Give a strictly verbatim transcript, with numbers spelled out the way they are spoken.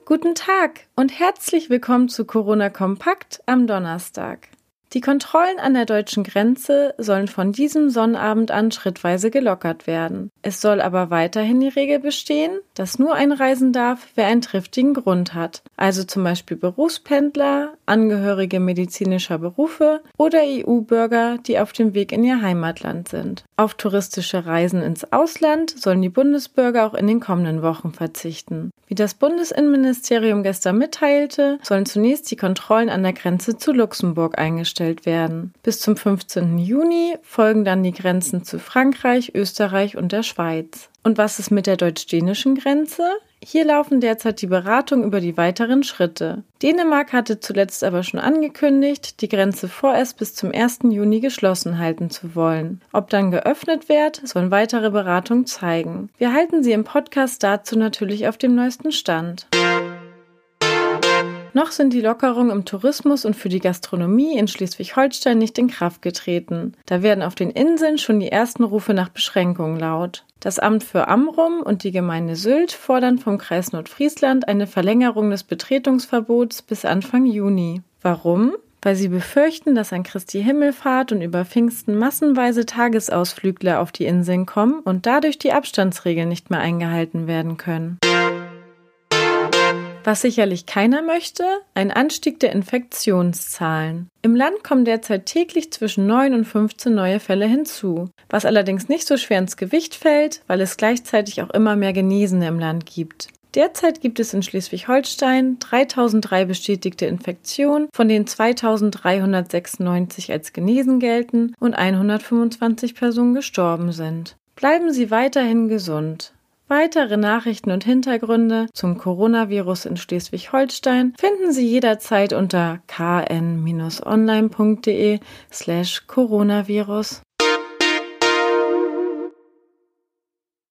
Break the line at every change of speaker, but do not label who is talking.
Guten Tag und herzlich willkommen zu Corona Kompakt am Donnerstag. Die Kontrollen an der deutschen Grenze sollen von diesem Sonnabend an schrittweise gelockert werden. Es soll aber weiterhin die Regel bestehen, dass nur einreisen darf, wer einen triftigen Grund hat, also zum Beispiel Berufspendler, Angehörige medizinischer Berufe oder E U-Bürger, die auf dem Weg in ihr Heimatland sind. Auf touristische Reisen ins Ausland sollen die Bundesbürger auch in den kommenden Wochen verzichten. Wie das Bundesinnenministerium gestern mitteilte, sollen zunächst die Kontrollen an der Grenze zu Luxemburg eingestellt werden. Bis zum fünfzehnten Juni folgen dann die Grenzen zu Frankreich, Österreich und der Schweiz. Und was ist mit der deutsch-dänischen Grenze? Hier laufen derzeit die Beratungen über die weiteren Schritte. Dänemark hatte zuletzt aber schon angekündigt, die Grenze vorerst bis zum ersten Juni geschlossen halten zu wollen. Ob dann geöffnet wird, sollen weitere Beratungen zeigen. Wir halten Sie im Podcast dazu natürlich auf dem neuesten Stand. Noch sind die Lockerungen im Tourismus und für die Gastronomie in Schleswig-Holstein nicht in Kraft getreten. Da werden auf den Inseln schon die ersten Rufe nach Beschränkungen laut. Das Amt für Amrum und die Gemeinde Sylt fordern vom Kreis Nordfriesland eine Verlängerung des Betretungsverbots bis Anfang Juni. Warum? Weil sie befürchten, dass an Christi Himmelfahrt und über Pfingsten massenweise Tagesausflügler auf die Inseln kommen und dadurch die Abstandsregeln nicht mehr eingehalten werden können. Was sicherlich keiner möchte, ein Anstieg der Infektionszahlen. Im Land kommen derzeit täglich zwischen neun und fünfzehn neue Fälle hinzu, was allerdings nicht so schwer ins Gewicht fällt, weil es gleichzeitig auch immer mehr Genesene im Land gibt. Derzeit gibt es in Schleswig-Holstein dreitausenddrei bestätigte Infektionen, von denen zweitausenddreihundertsechsundneunzig als genesen gelten und hundertfünfundzwanzig Personen gestorben sind. Bleiben Sie weiterhin gesund. Weitere Nachrichten und Hintergründe zum Coronavirus in Schleswig-Holstein finden Sie jederzeit unter k n Bindestrich online punkt de slash Coronavirus.